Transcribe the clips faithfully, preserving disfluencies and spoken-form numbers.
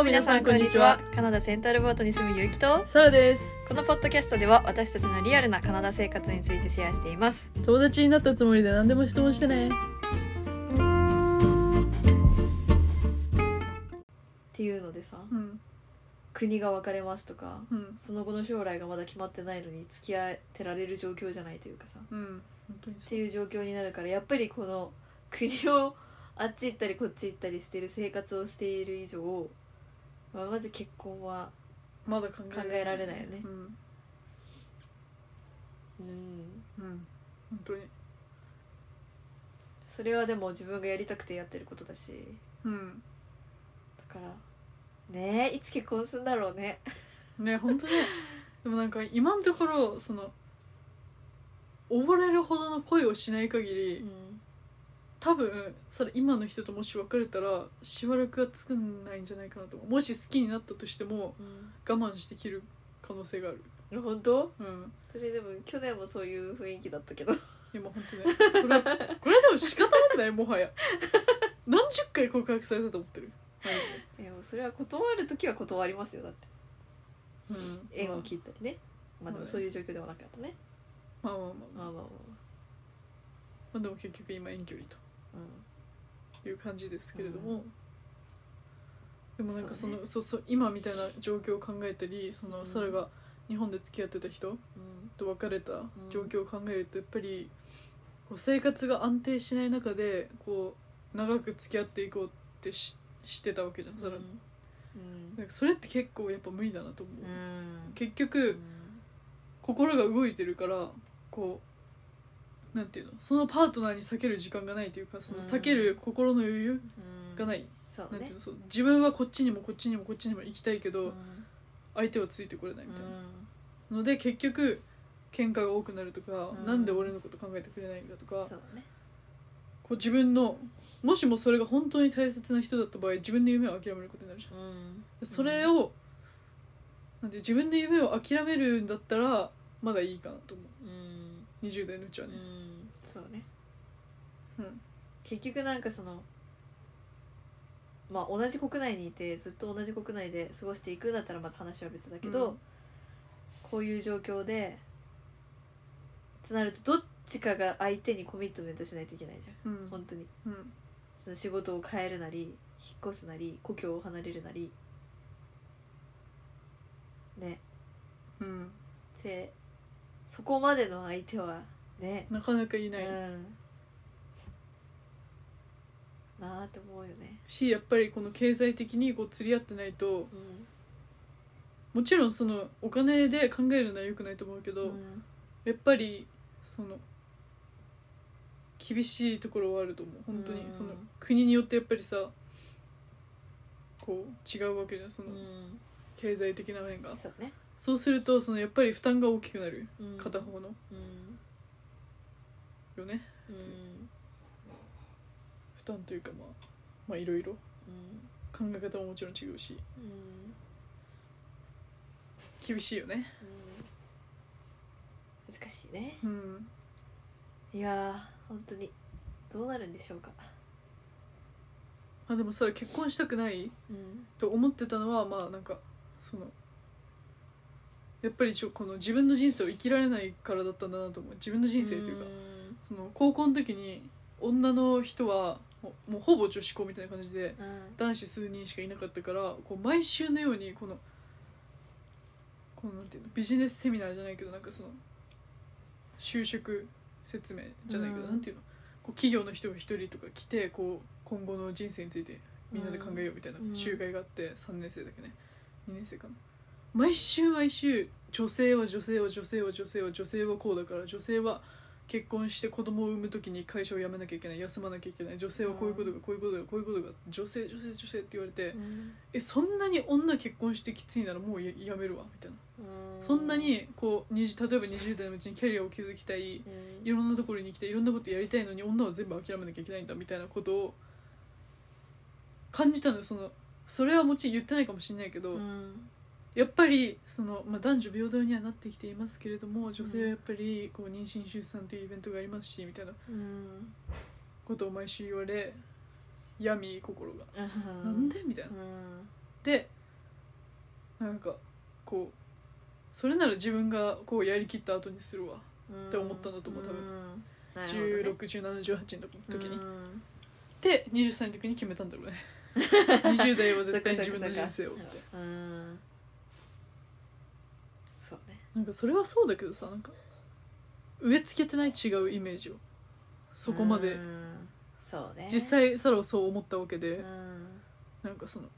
皆さんこんにちは。カナダセンタルボートに住むゆうきとサラです。 このポッドキャストでは私たちのリアルなカナダ生活についてシェアしています。 友達になったつもりで何でも質問してねっていうのでさ、 うん、 国が分かれますとか、 うん、 その後の将来がまだ決まってないのに付き合ってられる状況じゃないというかさ、 うん、本当にそうっていう状況になるから、やっぱりこの国をあっち行ったりこっち行ったりしている生活をしている以上、まあ、まず結婚はまだ考え考えられないよね。 うん、 うん、 うん、本当にそれはでも自分がやりたくてやってることだし、 うんだからねえ、いつ結婚するんだろうね。 ね、本当にでもなんか今のところその溺れるほどの恋をしない限り、 うん、 多分それ今の人ともし別れたらしばらくは作んないんじゃないかなと思う。もし好きになったとしても、うん、我慢して切る可能性がある。 本当？ うん。 それでも去年もそういう雰囲気だったけど。 いやもう本当ね。これこれでも仕方なくない？もはや何十回告白されたと思ってる。マジで。 いやそれは断るときは断りますよ。だって、 うん、 縁を切ったりね。まあでもそういう状況ではなかったね。 まあまあまあまあまあまあまあ、 まあ、でも結局今遠距離と、うん、いう感じですけれども、うん、でもなんかその そう、ね、そうそう今みたいな状況を考えたり、その、うん、サラが日本で付き合ってた人と別れた状況を考えると、やっぱりこう生活が安定しない中でこう長く付き合っていこうってししてたわけじゃん、サラ、うんうん、なんかそれって結構やっぱ無理だなと思う、うん、結局、うん、心が動いてるからこうなんていうの、そのパートナーに避ける時間がないというか、その避ける心の余裕がない、うんそうね、なんていうの、そう自分はこっちにもこっちにもこっちにも行きたいけど、うん、相手はついてこれないみたいな、うん、ので結局喧嘩が多くなるとか、うん、なんで俺のこと考えてくれないんだとか、そうね、こう自分のもしもそれが本当に大切な人だった場合、自分の夢を諦めることになるじゃん、うん、それをなんで自分の夢を諦めるんだったらまだいいかなと思う、うん、にじゅう代のうちはね、うん、 そうね、うん、結局なんかそのまあ同じ国内にいてずっと同じ国内で過ごしていくんだったらまた話は別だけど、うん、こういう状況でとなるとどっちかが相手にコミットメントしないといけないじゃん、うん、本当に、うん、その仕事を変えるなり引っ越すなり故郷を離れるなりね、うん、でそこまでの相手はねなかなかいない、うん、 なあって思うよね。 しやっぱりこの経済的にこう釣り合ってないと、うん、もちろんそのお金で考えるのは良くないと思うけど、うん、やっぱりその厳しいところはあると思う本当に、うん、その国によってやっぱりさこう違うわけじゃん、その、うん、経済的な面が そうね、そうするとそのやっぱり負担が大きくなる、うん、片方の、うん、よね普通、うん、負担というかまあまあいろいろ考え方ももちろん違うし、うん、厳しいよね、 うん、難しいね、 うん、 いや本当にどうなるんでしょうか。 あでもさ結婚したくない、うん、と思ってたのはまあなんかそのやっぱりちょこの自分の人生を生きられないからだったんだなと思う。自分の人生というか、うその高校の時に女の人はもう、もうほぼ女子校みたいな感じで、うん、男子数人しかいなかったからこう毎週のようにこのこのなんていうのビジネスセミナーじゃないけどなんかその就職説明じゃないけど、うん、なんていうのこう企業の人が一人とか来てこう今後の人生についてみんなで考えようみたいな集会があって、うん、さんねん生だけねにねん生かな、毎週毎週女性は女性は女性は女性は女性はこうだから女性は結婚して子供を産む時に会社を辞めなきゃいけない、休まなきゃいけない、女性はこういうことがこういうことがこういうことが女性女性女性って言われて、うん、えそんなに女結婚してきついならもうややめるわみたいな、うん、そんなにこう例えばにじゅう代のうちにキャリアを築きたい、うん、いろんなところに来ていろんなことやりたいのに女は全部諦めなきゃいけないんだみたいなことを感じたのよ。そのそれはもちろん言ってないかもしれないけど、うん、やっぱりその、まあ、男女平等にはなってきていますけれども、女性はやっぱりこう妊娠出産というイベントがありますしみたいなことを毎週言われ闇心が、うん、なんでみたいな、うん、でなんかこうそれなら自分がこうやりきった後にするわって思ったんだと思う多分、 うん、 じゅうろく、じゅうなな、じゅうはちの時に、 うん、 ではたちの時に決めたんだろうねにじゅう代は絶対自分の人生をってうん、そうね。 なんかそれはそうだけどさ、なんか植え付けてない違うイメージをそこまで、 うん、そうね、 実際サラはそう思ったわけで、 うん、 なんかその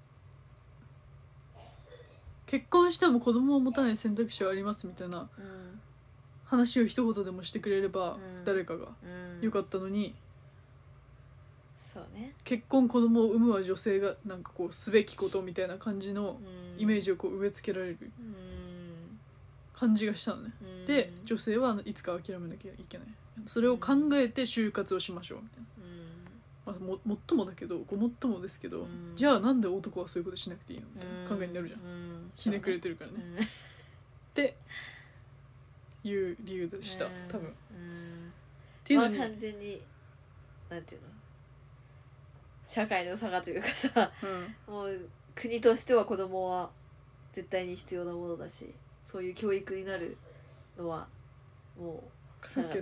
結婚しても子供を持たない選択肢はありますみたいなうん、 話を一言でもしてくれれば誰かがよかったのに、 そうね、 結婚子供を産むは女性がなんかこうすべきことみたいな感じのイメージジをこう植え付けられる感じがしたのね。で女性はいつか諦めなきゃいけない、それを考えて就活をしましょうみたいな、まあ、も, もっともだけどごもっともですけど、じゃあなんで男はそういうことしなくていいのみたいな考えになるじゃん、ひねくれてるからね、っていう理由でした多分、っていうのに、 まあ、完全になんていうの社会の差がというかさ、うん、もう国としては子供は絶対に必要なものだし、そういう教育になるのはもう差がだね。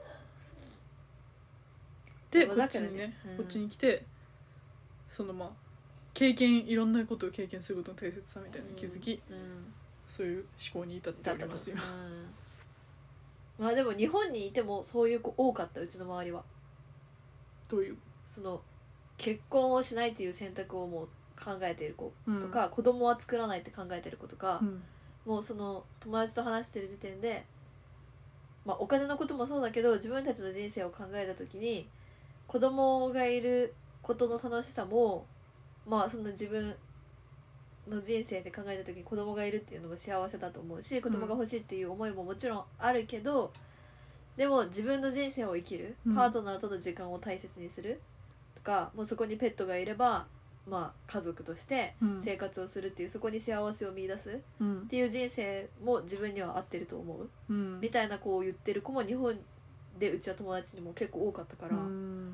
でこっちにね、うん、こっちに来てそのまあ経験いろんなことを経験することの大切さみたいなのに気づき、うんうん、そういう思考に至っておりますよ、 うん、まあでも日本にいてもそういう子多かった、うちの周りは。 どういうその結婚をしないっていう選択をもう考えている子とか、うん、子供は作らないって考えてる子とか、うん、もうその友達と話してる時点で、まあ、お金のこともそうだけど自分たちの人生を考えた時に子供がいることの楽しさも、まあその自分の人生で考えた時に子供がいるっていうのも幸せだと思うし、子供が欲しいっていう思いももちろんあるけど、うん、でも自分の人生を生きる、パートナーとの時間を大切にするとか、もうそこにペットがいれば、まあ、家族として生活をするっていう、うん、そこに幸せを見出すっていう人生も自分には合ってると思う、うん、みたいな子を言ってる子も日本でうちは友達にも結構多かったから、うん、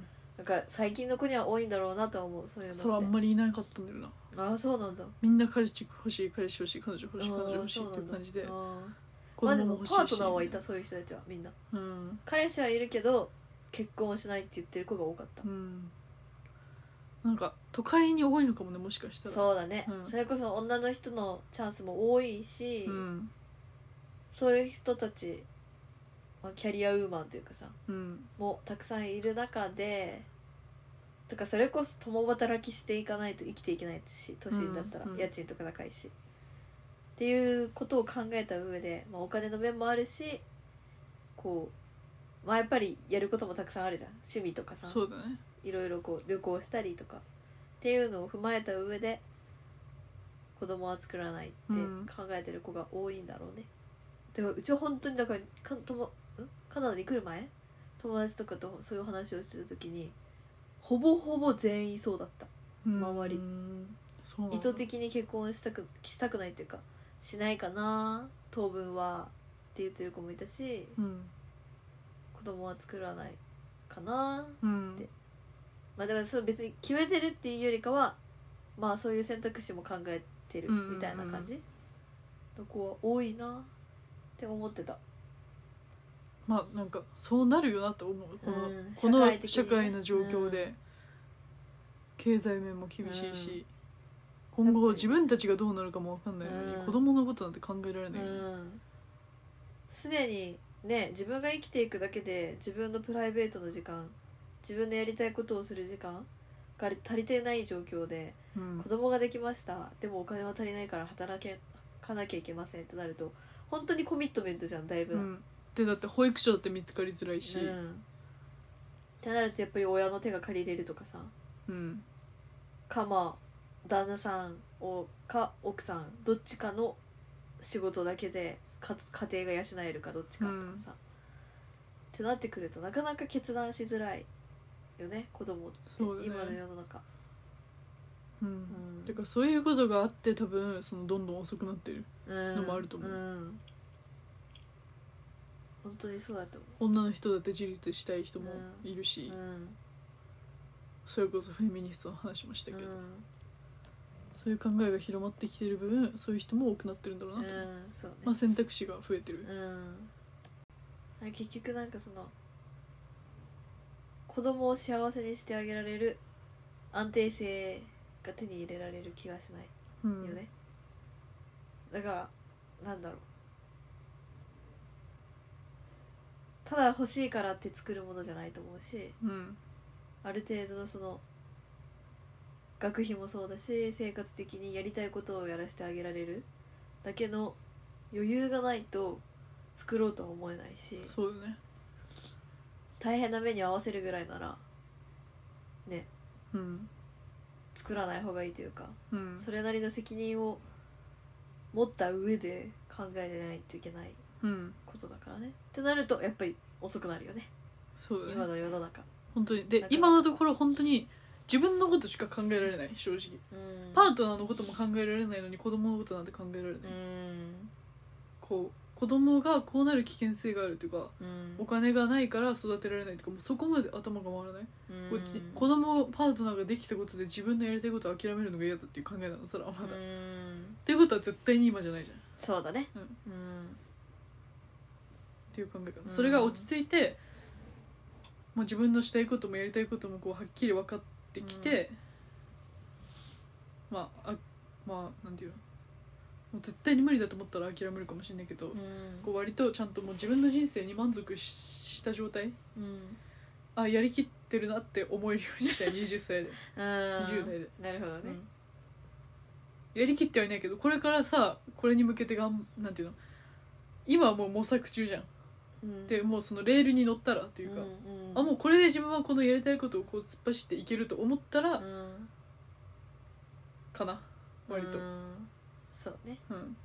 なんか最近の子には多いんだろうなとは思う。そういうのってそれはあんまりいなかったんだよな。 ああそうなんだ。 みんな彼氏欲しい彼氏欲しい彼女欲しい彼女欲しいっていう感じで、 子供も欲しいし、まあ、でもパートナーはいた、そういう人たちはみんな、うん、彼氏はいるけど結婚をしないって言ってる子が多かった、うん、 なんか都会に多いのかもね、もしかしたら。 そうだね、うん、それこそ女の人のチャンスも多いし、うん、そういう人たち、まあ、キャリアウーマンというかさ、うん、もうたくさんいる中でとか、それこそ共働きしていかないと生きていけないし、都心だったら家賃とか高いし、うんうん、っていうことを考えた上で、まあ、お金の面もあるし、こう、まあ、やっぱりやることもたくさんあるじゃん、趣味とかさ、 そうだね、 いろいろこう旅行したりとかっていうのを踏まえた上で子供は作らないって考えてる子が多いんだろうね、うん、でもうちは本当にだからかともんカナダに来る前友達とかとそういう話をしてる時にほぼほぼ全員そうだった、周り。意図的に結婚したくしたくないっていうか、しないかな当分はって言ってる子もいたし、うん、子供は作らないかなって、うん、まあでもそう別に決めてるっていうよりかは、まあそういう選択肢も考えてるみたいな感じの子は多いなって思ってた。 まあなんかそうなるよなと思う、この、うん、この社会の状況で、うん、経済面も厳しいし、うん、今後自分たちがどうなるかも分かんないのに、うん、子供のことなんて考えられないよね。 すで、うん、にね、自分が生きていくだけで自分のプライベートの時間、自分のやりたいことをする時間が足りてない状況で、うん、子供ができました、でもお金は足りないから働かなきゃいけませんってなると本当にコミットメントじゃん、だいぶ、うん、 でだって保育所だって見つかりづらいし、うん、 ってなるとやっぱり親の手が借りれるとかさ、うん、かまあ旦那さんをか奥さんどっちかの仕事だけでか家庭が養えるかどっちかとかさ、うん、ってなってくるとなかなか決断しづらいよね、子供って。そうだね、今の世の中。 うん、うん、てかそういうことがあって多分そのどんどん遅くなってるのもあると思う、うんうん、 本当にそうだと思う。 女の人だって自立したい人もいるし、うんうん、それこそフェミニストの話もしたけど、うん、 そういう考えが広まってきてる分そういう人も多くなってるんだろうなと、 うんそうね、 まあ、選択肢が増えてる。 うん、結局なんかその子供を幸せにしてあげられる安定性が手に入れられる気がしないうんよね、だからなんだろう、ただ欲しいからって作るものじゃないと思うし、 うんある程度のその学費もそうだし生活的にやりたいことをやらせてあげられるだけの余裕がないと作ろうとは思えないし、 そうだね。 大変な目に合わせるぐらいならねうん作らない方がいいというか、 うんそれなりの責任を持った上で考えないといけないうんことだからねってなるとやっぱり遅くなるよね、 そうだね今の世の中。 本当にでだから今のところ本当に自分のことしか考えられない正直、 うんパートナーのことも考えられないのに子供のことなんて考えられない、 うんこう子供がこうなる危険性があるというかうんお金がないから育てられないとかもうそこまで頭が回らない、 うんこうじ子供パートナーができたことで自分のやりたいことを諦めるのが嫌だっていう考えなのそれはまだ、 うっんていうことは絶対に今じゃないじゃんっそうだねうんうんていう考え方、 うんそれが落ち着いてもう自分のしたいこともやりたいこともこうはっきり分かってきて、まああまあなんていうのもう絶対に無理だと思ったら諦めるかもしれないけど、 うんこう割とちゃんともう自分の人生に満足しした状態、 うんあやりきってるなって思えるようにしたいにじゅっさいで、 うんにじゅう代で、 なるほどね、 うんやりきってはいないけどこれからさこれに向けてがんなんていうの今はもう模索中じゃん、 うんでもうそのレールに乗ったらっていうか、 うんうんあもうこれで自分はこのやりたいことをこう突っ走っていけると思ったら、 うんかな割と、 ううんんそうね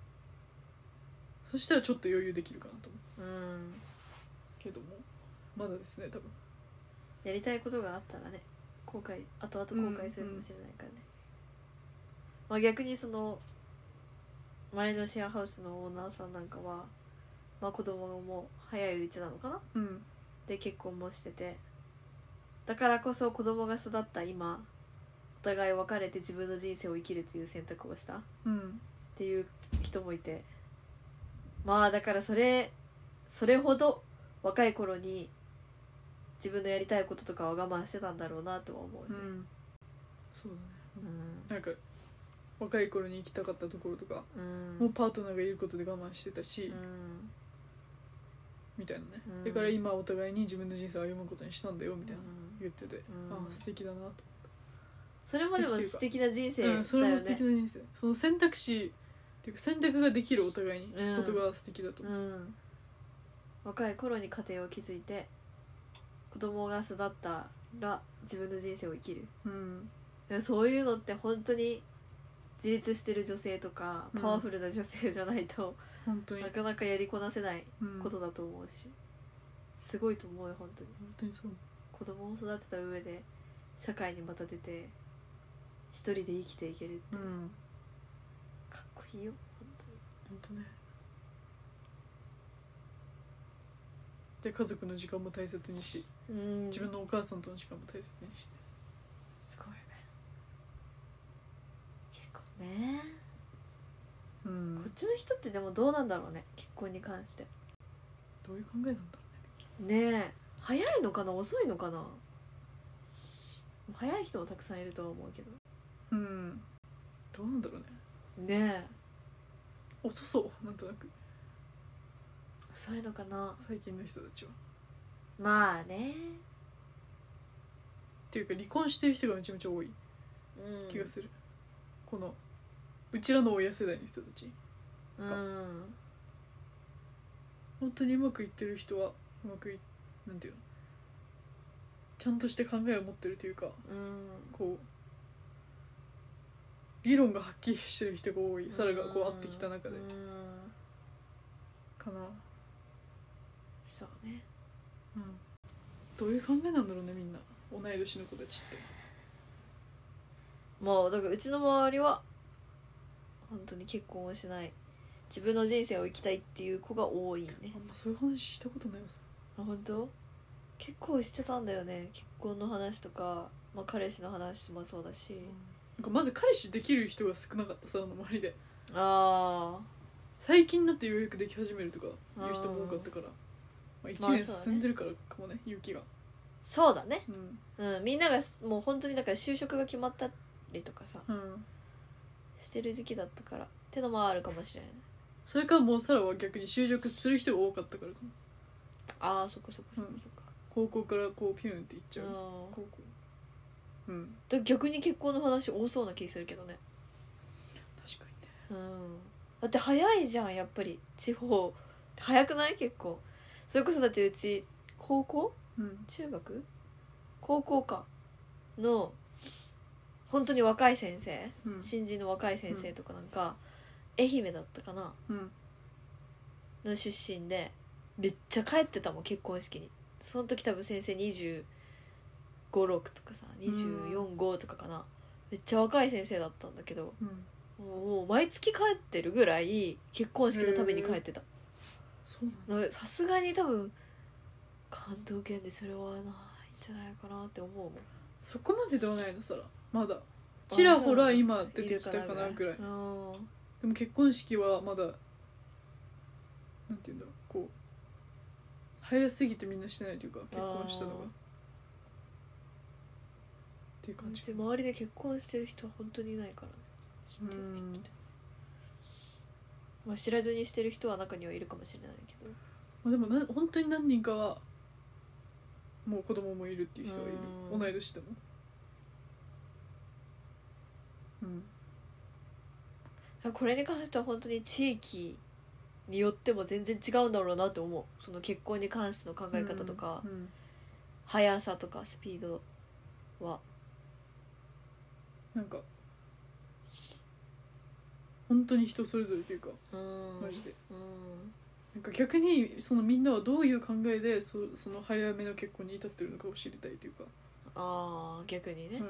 そしたらちょっと余裕できるかなと思ううんけどもまだですね多分やりたいことがあったらね後悔後々後悔するかもしれないからね、まあ、逆にその前のシェアハウスのオーナーさんなんかは、まあ、子供も早いうちなのかなうんで結婚もしててだからこそ子供が育った今お互い別れて自分の人生を生きるという選択をしたっうんていう人もいて、まあだからそれそれほど若い頃に自分のやりたいこととかは我慢してたんだろうなとは思うね、 うんそうだねうんなんか若い頃に行きたかったところとか、 うんもうパートナーがいることで我慢してたし、 うんみたいなね、 うんだから今お互いに自分の人生を歩むことにしたんだよみたいな、 うん言ってて、 うんああ素敵だなと、 それもでも素敵な人生だよね、 うん、それも素敵な人生その選択肢っていうか選択ができるお互いにうんことが素敵だと思う、 うん、若い頃に家庭を築いて子供が育ったら自分の人生を生きる、 うんでもそういうのって本当に自立してる女性とかうんパワフルな女性じゃないと、 本当になかなかやりこなせないうんことだと思うし、すごいと思うよ本当に。 本当にそう子供を育てた上で社会にまた出て一人で生きていけるってうんかっこいいよ本当に。 本当ねで家族の時間も大切にしうん自分のお母さんとの時間も大切にしてすごいね結構ね、 うんこっちの人ってでもどうなんだろうね結婚に関してどういう考えなんだろねえ早いのかな遅いのかな早い人もたくさんいるとは思うけどうねうんどうなんだろうねねえ遅そうなんとなく遅いのかな最近の人たちはまあねっていうか離婚してる人がめちゃめちゃ多いうん気がする、このうちらの親世代の人たちうん本当にうまくいってる人はうまくいなんていうのちゃんとして考えを持ってるというかうんこう理論がはっきりしてる人が多いサラがこう会ってきた中でうんかな、 そうねうん、どういう考えなんだろうねみんな同い年の子たちってもうだからうちの周りは本当に結婚をしない自分の人生を生きたいっていう子が多いね。 あんまそういう話したことないわさあ本当結構してたんだよね結婚の話とか、まあ、彼氏の話もそうだし、 学かまず彼氏できる人が少なかったさ、あの周りで。 あ最近になってようやくでき始めるとかいう人も多かったから、まあ、いちねんまあそうだね進んでるからかもね、勇気が。 そうだね、 うんうん、みんながもう本当にだから就職が決まったりとかさうん、 してる時期だったからってのもあるかもしれない。 それからもうサラは逆に就職する人が多かったからかも。 ああそっかそっかそっかそっか、 高校からこうピュンっていっちゃう。 あ高校うんあ逆に結婚の話多そうな気するけどね。 確かにね。 うんだって早いじゃんやっぱり地方早くない結構。それこそだってうち高校うん中学高校かの本当に若い先生、 うん新人の若い先生とかなんか、愛媛だったかなうんの出身でめっちゃ帰ってたもん結婚式に。その時多分先生にじゅうご、ろくとかさにじゅうよん、ごとかかな。めっちゃ若い先生だったんだけどうんもう毎月帰ってるぐらい結婚式のために帰ってた。 そうなんだ。 さすがに多分関東圏でそれはないんじゃないかなって思うもん。 そこまでではないのさらまだちらほら今出てきたかなぐらい。 うんでも結婚式はまだなんていうんだろう、こう早すぎてみんなしてないというか、結婚したのがっていう感じ。 うち周りで結婚してる人は本当にいないからね。知ってるうんまあ知らずにしてる人は中にはいるかもしれないけど。 まあ、でもな本当に何人かはもう子供もいるっていう人はいる、 うん同い年でも。うんこれに関しては本当に地域によっても全然違うんだろうなって思う。その結婚に関しての考え方とか、 うんうん速さとかスピードは。 なんか本当に人それぞれというか、 うんマジでうんなんか逆にそのみんなはどういう考えで そ, その早めの結婚に至ってるのかを知りたいというか、 ああ逆にね。 うん、だうん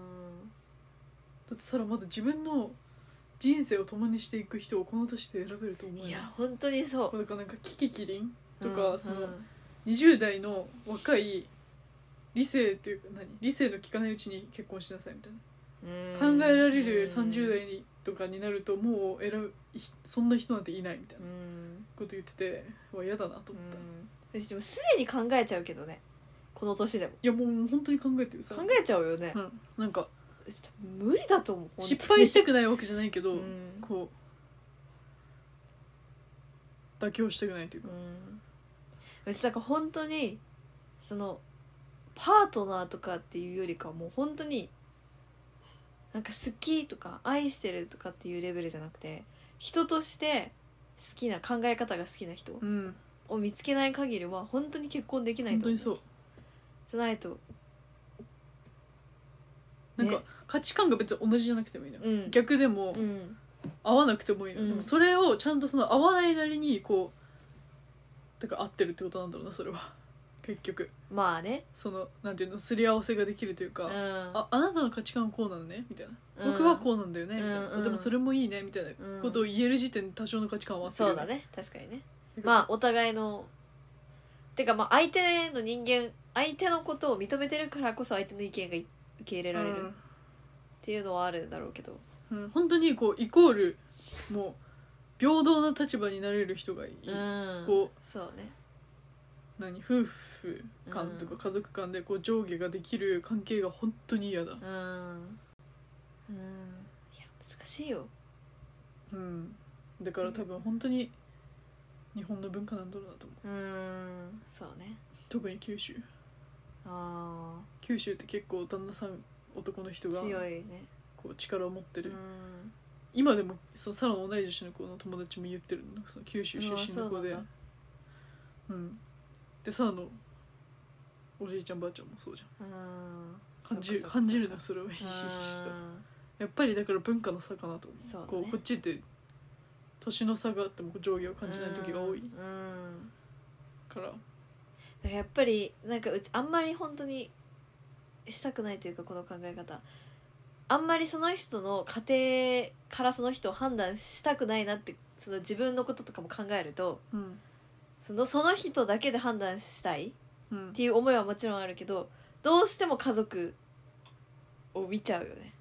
ってさらまだ自分の人生を共にしていく人をこの年で選べると思えない。 いや本当にそう。 だからなんかキキキリンとか、 うんそのうんにじゅう代の若い理性っていうか何理性の効かないうちに結婚しなさいみたいな、 うん考えられるさんじゅう代にとかになるともう選ぶそんな人なんていないみたいなうんこと言ってて、うわ嫌だなと思った、 うん私でもすでに考えちゃうけどねこの年でもいやもう本当に考えてるさ考えちゃうよね、 うん、なんかちょっと無理だと思う本当に失敗したくないわけじゃないけど、 うんこう妥協したくないというか、 うん私なんか本当にそのパートナーとかっていうよりかはもう本当になんか好きとか愛してるとかっていうレベルじゃなくて人として好きな考え方が好きな人うんを見つけない限りは本当に結婚できないと思う。 本当にそう。 じゃないとなんかね価値観が別に同じじゃなくてもいいのよ、 うん逆でもうん合わなくてもいいの、 うんでもそれをちゃんとその合わないなりにこうだから合ってるってことなんだろうなそれは結局まあねそのなんていうのすり合わせができるというか、 うんああなたの価値観はこうなのねみたいな、 うん僕はこうなんだよねみたいな、 うんうんでもそれもいいねみたいなことを言える時点で多少の価値観は合ってるそうだね確かにねだからまあお互いのてかまあ相手の人間相手のことを認めてるからこそ相手の意見が受け入れられるっていうのはあるんだろうけど、 うんうん、本当にこうイコールもう平等な立場になれる人がいい、 うん、 こうそうね何夫婦間とか家族間でこう上下ができる関係が本当に嫌だ、 うんうんいや難しいよ。 うん、だから多分本当に日本の文化なんだろうなと思う。 うんそうね。 特に九州あ九州って結構旦那さん男の人が強いね。 こう力を持ってる、 うん今でもそのサロン同い年の子の友達も言ってるのその九州出身の子で、 うわそううんでサロンのおじいちゃんばあちゃんもそうじゃん。 うん感じるそうかそうか感じるのそれをひしひしと。やっぱりだから文化の差かなと思う。 そうだねこうこっちって年の差があっても上下を感じない時が多いうんうんから、 だからやっぱりなんかうちあんまり本当にしたくないというかこの考え方あんまりその人の家庭からその人を判断したくないなってその自分のこととかも考えるとうんそのその人だけで判断したいっうんていう思いはもちろんあるけどどうしても家族を見ちゃうよね。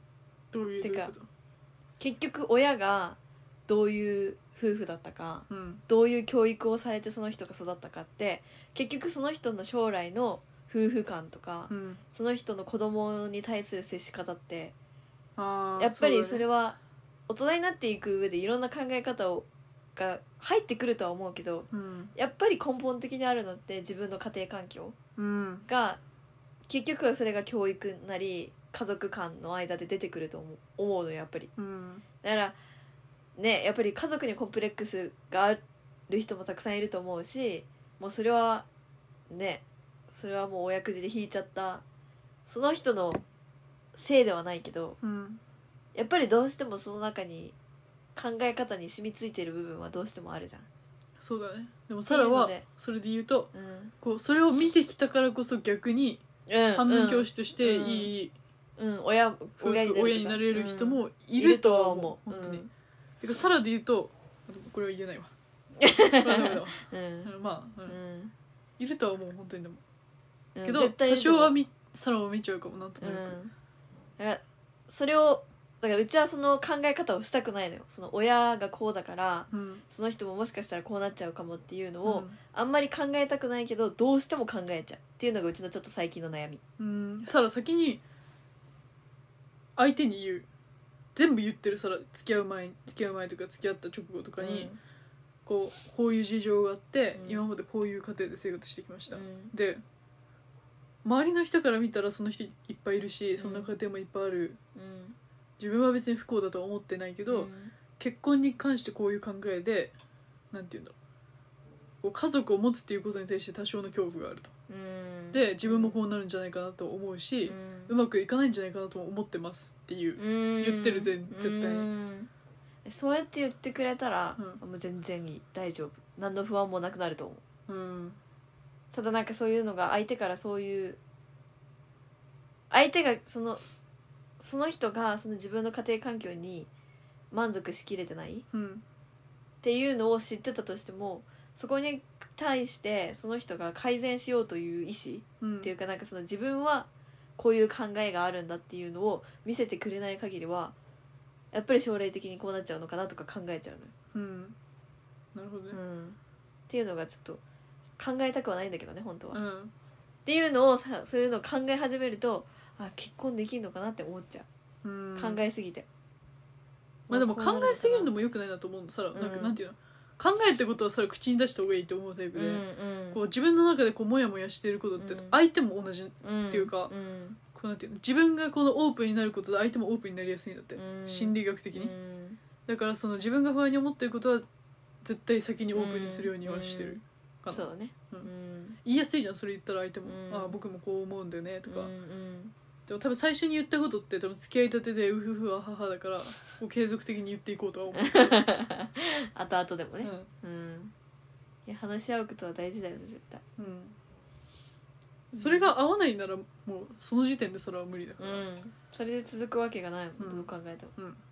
どういうてかどういうこと結局親がどういう夫婦だったか、 うんどういう教育をされてその人が育ったかって結局その人の将来の夫婦観とか、 うんその人の子供に対する接し方ってあーやっぱりそれはは大人になっていく上でいろんな考え方をが入ってくるとは思うけど、 うんやっぱり根本的にあるのって自分の家庭環境うんが結局はそれが教育なり家族間の間で出てくると思う思うのよやっぱり。 うんだからねやっぱり家族にコンプレックスがある人もたくさんいると思うし、もうそれはねそれはもう親くじで引いちゃったその人のせいではないけど、 うんやっぱりどうしてもその中に考え方に染みついてる部分はどうしてもあるじゃん。 そうだね。でもサラはっていうのでそれで言うとうんこうそれを見てきたからこそ逆にうん反面教師としてうんいいうん、親夫婦親になるとか親になれる人もいいるるとはとは思う思う本当に、 うんてかサラで言うとこれは言えないわまあダメだわうんうんまあ、う、 うんんいるとは思う本当にでもうんけど絶対い多ると思う少はみサラを見ちゃうかもなんとなく、 うんだからそれをだからうちはその考え方をしたくないのよ。その親がこうだからうんその人ももしかしたらこうなっちゃうかもっていうのを、 うんあんまり考えたくないけどどうしても考えちゃうっていうのがうちのちょっと最近の悩み。 うんサラ先に相手に言う全部言ってるサラ付き合う前付き合う前とか付き合った直後とかに、こうこういう事情があって、 うん今までこういう家庭で生活してきました、 うんで周りの人から見たらその人いっぱいいるし、そんな家庭もいっぱいある。 うん自分は別に不幸だとは思ってないけど、 うん結婚に関してこういう考えでなんて言うんだろう、こう家族を持つっていうことに対して多少の恐怖があると。 うんで自分もこうなるんじゃないかなと思うし、うまくいかないんじゃないかなとも思ってますっていう、 うん言ってるぜ絶対にうんそうやって言ってくれたら、 うもう全然いい大丈夫何の不安もなくなると思う。 うんただなんかそういうのが相手からそういう相手がそのその人がその自分の家庭環境に満足しきれてないっうんていうのを知ってたとしてもそこに対してその人が改善しようという意思うんっていうかなんかその自分はこういう考えがあるんだっていうのを見せてくれない限りはやっぱり将来的にこうなっちゃうのかなとか考えちゃうのよ、 うんなるほどね。 うん、っていうのがちょっと考えたくはないんだけどね本当は、っうんていうのをさそういうのを考え始めるとあ結婚できるのかなって思っちゃう、 うん考えすぎてまあでも考えすぎるのもも良くないなと思うんだ。さらなんかうんなんていうの、考えってことはそれ口に出した方がいいと思うタイプで、 うんうんこう自分の中でこうモヤモヤしていることってうん相手も同じ、 うんっていうかうんこうなんていうの、自分がこのオープンになることで相手もオープンになりやすいんだって、 うん心理学的に、 うんだからその自分が不安に思ってることは絶対先にオープンにするようにはしてるかな、 そうだねうんうん言いやすいじゃんそれ言ったら相手も、 うんああ僕もこう思うんだよねとか、 うんうんでも多分最初に言ったことって多分付き合いたてでウフフは母だからこう継続的に言っていこうとは思う、 後々でもねううんいや話し合うことは大事だよね絶対んうん、それが合わないならもうその時点でそれは無理だから、 うんそれで続くわけがないもん、 うんどう考えてもうん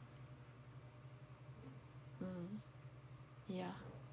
うんいや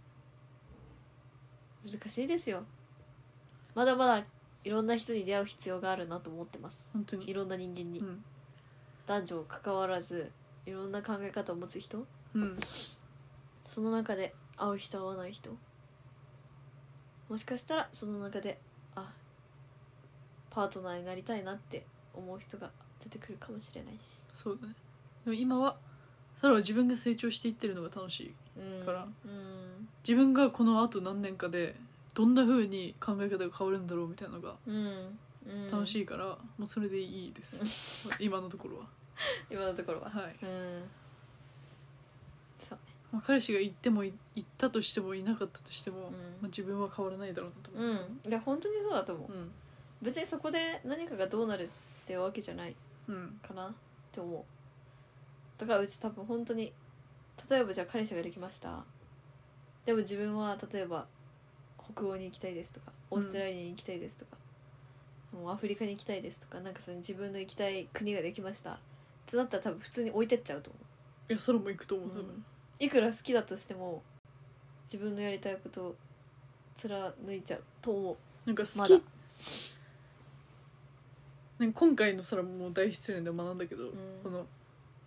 難しいですよまだまだいろんな人に出会う必要があるなと思ってます本当にいろんな人間に、 うん男女関わらずいろんな考え方を持つ人うんその中で会う人会わない人もしかしたらその中であパートナーになりたいなって思う人が出てくるかもしれないし、 そうだね。でも今はサラは自分が成長していってるのが楽しい。 うん、 からうん自分がこのあと何年かでどんな風に考え方が変わるんだろうみたいなのがうんうん、 楽しいから、もうそれでいいです今のところは。 今のところははい、 うんそうまあ、彼氏が行ってもい行ったとしてもいなかったとしても、 うんまあ、自分は変わらないだろうなと思ううんですよ、 んいや本当にそうだと思う、 うん別にそこで何かがどうなるってわけじゃないうんかなって思うだからうち多分本当に例えばじゃあ彼氏ができましたでも自分は例えば北欧に行きたいですとかオーストラリアに行きたいですとか、もうアフリカに行きたいですとかなんかその自分の行きたい国ができましたってなったら多分普通に置いてっちゃうと思いやそれも行くと思うう、 多分、 うんいくら好きだとしても自分のやりたいことを貫いちゃうと思うなんか好まだき、なんか今回のそれはもう大失恋で学んだけど、 んこの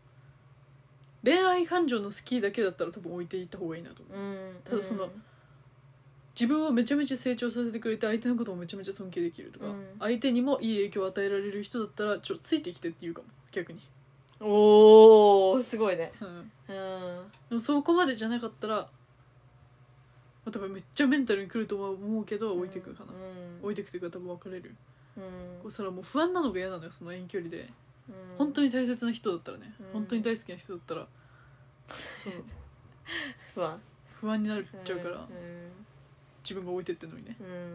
恋愛感情の好きだけだったら多分置いていった方がいいなと思う、 うん、 ただその、自分をめちゃめちゃ成長させてくれて相手のこともめちゃめちゃ尊敬できるとか、 うん、 相手にもいい影響を与えられる人だったらちょっとついてきてって言うかも逆に。 おーすごいね、 うん、 うん、 でもそこまでじゃなかったら、まあ、多分めっちゃメンタルにくるとは思うけど置いていくかな、 うん、 置いていくというか多分別れる、 うん、 こうしたらもう不安なのが嫌なのよその遠距離で、 うん、 本当に大切な人だったらね、 うん、 本当に大好きな人だったらその不安不安になっちゃうから、 うん、 自分が置いてってんのにね、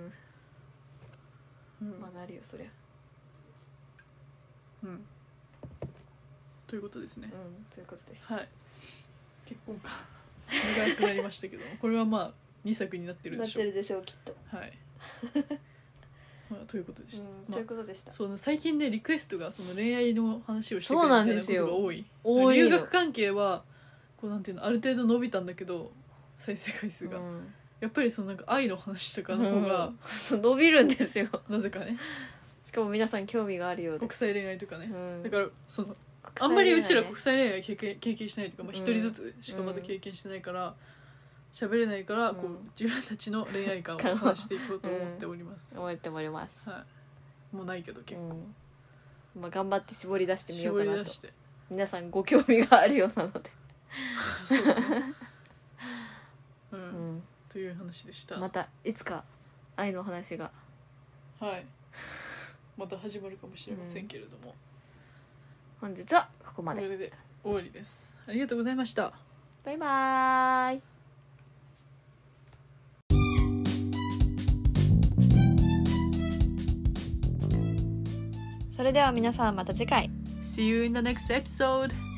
うん、 うん、 まあなるよそりゃ、 うんということですね、 うんということです。 はい、結婚か長くなりましたけどこれはまあにさくになってるでしょう。 なってるでしょうきっと。 はいまあ、ということでした、 うんまあ、 ということでした。 そう最近ねリクエストがその恋愛の話をしてくれるみたいなことが多い。 多いの留学関係はこうなんていうのある程度伸びたんだけど再生回数が、 うん、 やっぱりそのなんか愛の話とかの方が、 うん、伸びるんですよなぜかね。 しかも皆さん興味があるようで国際恋愛とかね、 うん、 だからそのあんまりうちら国際恋愛経験、経験してないというか一、まあ、人ずつしかまだ経験してないから喋れないから、 うん、 こう自分たちの恋愛観を話していこうと思っております、 うん、思っております、 はい、もうないけど結構、 うんまあ、頑張って絞り出してみようかなと。 絞り出して皆さんご興味があるようなのでそうだね、うんうん、 という話でした。 またいつか愛の話がはいまた始まるかもしれませんけれども、 うん、本日はここまで。 これで終わりです。ありがとうございました。 バイバーイ。それでは皆さんまた次回。 See you in the next episode!